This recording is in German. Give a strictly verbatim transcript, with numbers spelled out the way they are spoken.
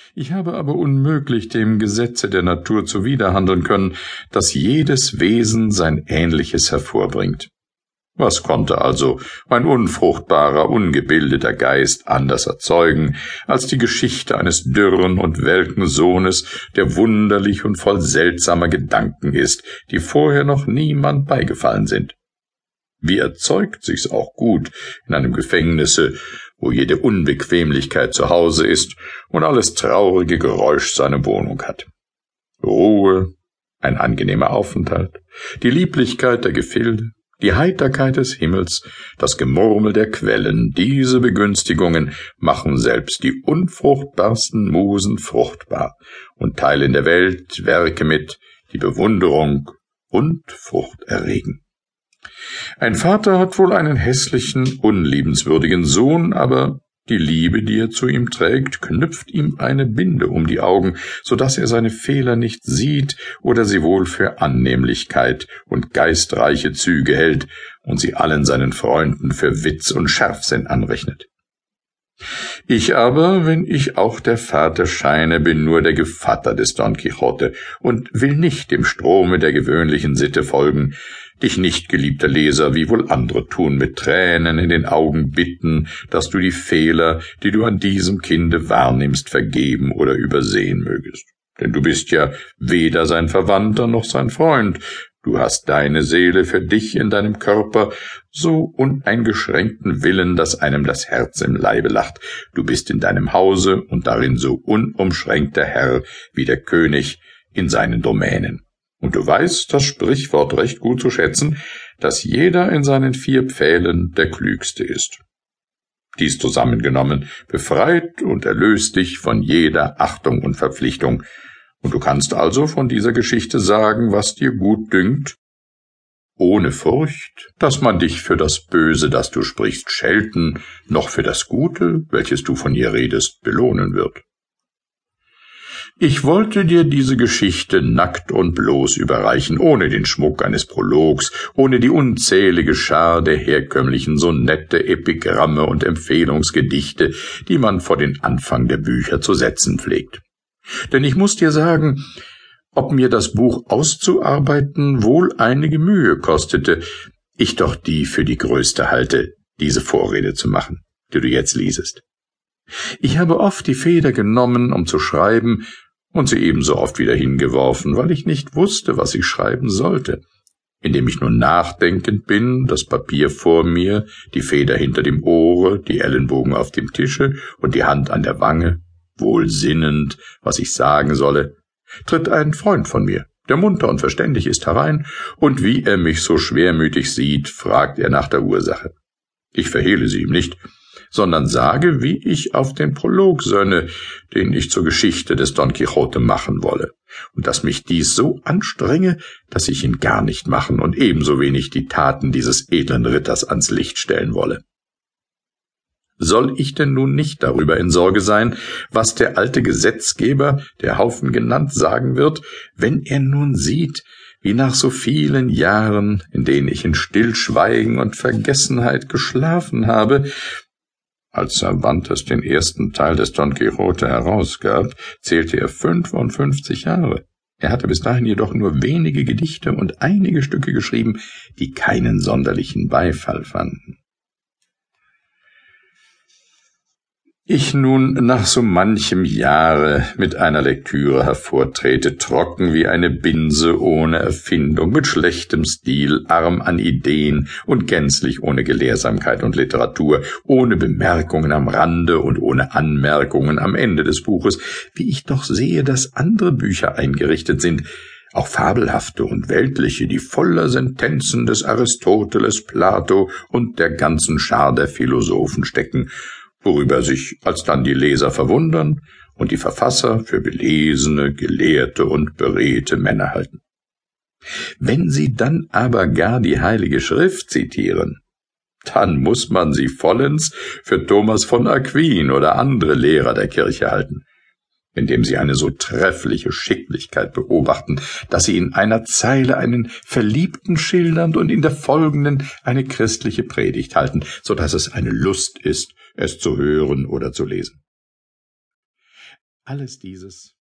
Ich habe aber unmöglich dem Gesetze der Natur zuwiderhandeln können, dass jedes Wesen sein Ähnliches hervorbringt. Was konnte also mein unfruchtbarer, ungebildeter Geist anders erzeugen, als die Geschichte eines dürren und welken Sohnes, der wunderlich und voll seltsamer Gedanken ist, die vorher noch niemand beigefallen sind? Wie erzeugt sich's auch gut in einem Gefängnisse, wo jede Unbequemlichkeit zu Hause ist und alles traurige Geräusch seine Wohnung hat. Ruhe, ein angenehmer Aufenthalt, die Lieblichkeit der Gefilde, die Heiterkeit des Himmels, das Gemurmel der Quellen, diese Begünstigungen machen selbst die unfruchtbarsten Musen fruchtbar und teilen der Welt Werke mit, die Bewunderung und Frucht erregen. Ein Vater hat wohl einen hässlichen, unliebenswürdigen Sohn, aber die Liebe, die er zu ihm trägt, knüpft ihm eine Binde um die Augen, so dass er seine Fehler nicht sieht oder sie wohl für Annehmlichkeit und geistreiche Züge hält und sie allen seinen Freunden für Witz und Scharfsinn anrechnet. Ich aber, wenn ich auch der Vater scheine, bin nur der Gevatter des Don Quixote und will nicht dem Strome der gewöhnlichen Sitte folgen, dich nicht, geliebter Leser, wie wohl andere tun, mit Tränen in den Augen bitten, dass du die Fehler, die du an diesem Kinde wahrnimmst, vergeben oder übersehen mögest. Denn du bist ja weder sein Verwandter noch sein Freund. Du hast deine Seele für dich in deinem Körper, so uneingeschränkten Willen, dass einem das Herz im Leibe lacht. Du bist in deinem Hause und darin so unumschränkter Herr wie der König in seinen Domänen. Und du weißt das Sprichwort recht gut zu schätzen, dass jeder in seinen vier Pfählen der Klügste ist. Dies zusammengenommen befreit und erlöst dich von jeder Achtung und Verpflichtung, und du kannst also von dieser Geschichte sagen, was dir gut dünkt, ohne Furcht, dass man dich für das Böse, das du sprichst, schelten, noch für das Gute, welches du von ihr redest, belohnen wird. Ich wollte dir diese Geschichte nackt und bloß überreichen, ohne den Schmuck eines Prologs, ohne die unzählige Schar der herkömmlichen Sonette, Epigramme und Empfehlungsgedichte, die man vor den Anfang der Bücher zu setzen pflegt. Denn ich muß dir sagen, ob mir das Buch auszuarbeiten wohl einige Mühe kostete, ich doch die für die größte halte, diese Vorrede zu machen, die du jetzt liesest. Ich habe oft die Feder genommen, um zu schreiben, und sie ebenso oft wieder hingeworfen, weil ich nicht wusste, was ich schreiben sollte. Indem ich nun nachdenkend bin, das Papier vor mir, die Feder hinter dem Ohre, die Ellenbogen auf dem Tische und die Hand an der Wange, wohl sinnend, was ich sagen solle, tritt ein Freund von mir, der munter und verständig ist, herein, und wie er mich so schwermütig sieht, fragt er nach der Ursache. Ich verhehle sie ihm nicht, sondern sage, wie ich auf den Prolog sönne, den ich zur Geschichte des Don Quixote machen wolle, und dass mich dies so anstrenge, dass ich ihn gar nicht machen und ebenso wenig die Taten dieses edlen Ritters ans Licht stellen wolle. Soll ich denn nun nicht darüber in Sorge sein, was der alte Gesetzgeber, der Haufen genannt, sagen wird, wenn er nun sieht, wie nach so vielen Jahren, in denen ich in Stillschweigen und Vergessenheit geschlafen habe, als Cervantes den ersten Teil des Don Quixote herausgab, zählte er fünfundfünfzig Jahre. Er hatte bis dahin jedoch nur wenige Gedichte und einige Stücke geschrieben, die keinen sonderlichen Beifall fanden. Ich nun nach so manchem Jahre mit einer Lektüre hervortrete, trocken wie eine Binse ohne Erfindung, mit schlechtem Stil, arm an Ideen und gänzlich ohne Gelehrsamkeit und Literatur, ohne Bemerkungen am Rande und ohne Anmerkungen am Ende des Buches, wie ich doch sehe, dass andere Bücher eingerichtet sind, auch fabelhafte und weltliche, die voller Sentenzen des Aristoteles, Plato und der ganzen Schar der Philosophen stecken, worüber sich alsdann die Leser verwundern und die Verfasser für belesene, gelehrte und beredte Männer halten. Wenn sie dann aber gar die Heilige Schrift zitieren, dann muß man sie vollends für Thomas von Aquin oder andere Lehrer der Kirche halten, indem sie eine so treffliche Schicklichkeit beobachten, dass sie in einer Zeile einen Verliebten schildern und in der folgenden eine christliche Predigt halten, so dass es eine Lust ist, es zu hören oder zu lesen. Alles dieses